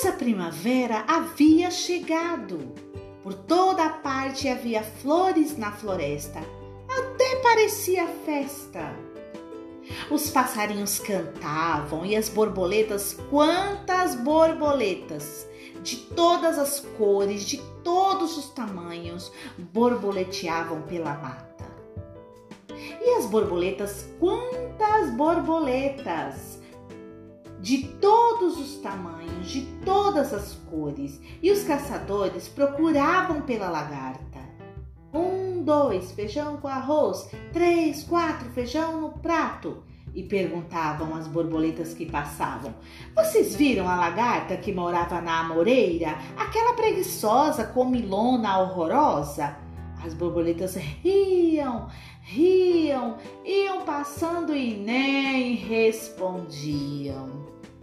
Pois a primavera havia chegado. Por toda parte havia flores na floresta. Até parecia festa. Os passarinhos cantavam e as borboletas, quantas borboletas! De todas as cores, de todos os tamanhos, borboleteavam pela mata. E as borboletas, quantas borboletas! De todos os tamanhos, de todas as cores, e os caçadores procuravam pela lagarta. 1, 2, feijão com arroz. 3, 4, feijão no prato. E perguntavam às borboletas que passavam: vocês viram a lagarta que morava na amoreira? Aquela preguiçosa, comilona, horrorosa? As borboletas riam, iam passando e nem respondiam.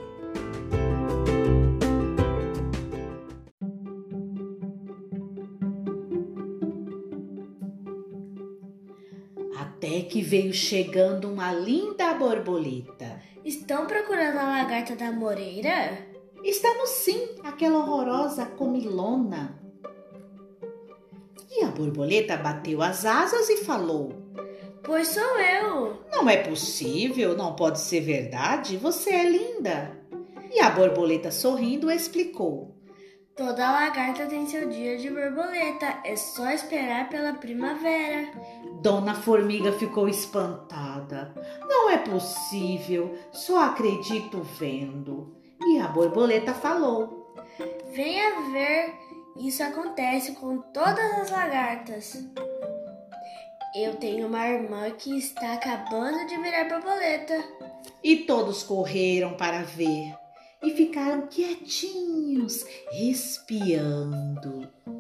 Até que veio chegando uma linda borboleta. Estão procurando a lagarta da amoreira? Estamos sim, aquela horrorosa comilona. E a borboleta bateu as asas e falou: pois sou eu. Não é possível, não pode ser verdade, você é linda. E a borboleta sorrindo explicou: toda lagarta tem seu dia de borboleta, é só esperar pela primavera. Dona Formiga ficou espantada. Não é possível, só acredito vendo. E a borboleta falou: venha ver, isso acontece com todas as lagartas. Eu tenho uma irmã que está acabando de virar borboleta. E todos correram para ver e ficaram quietinhos, espiando.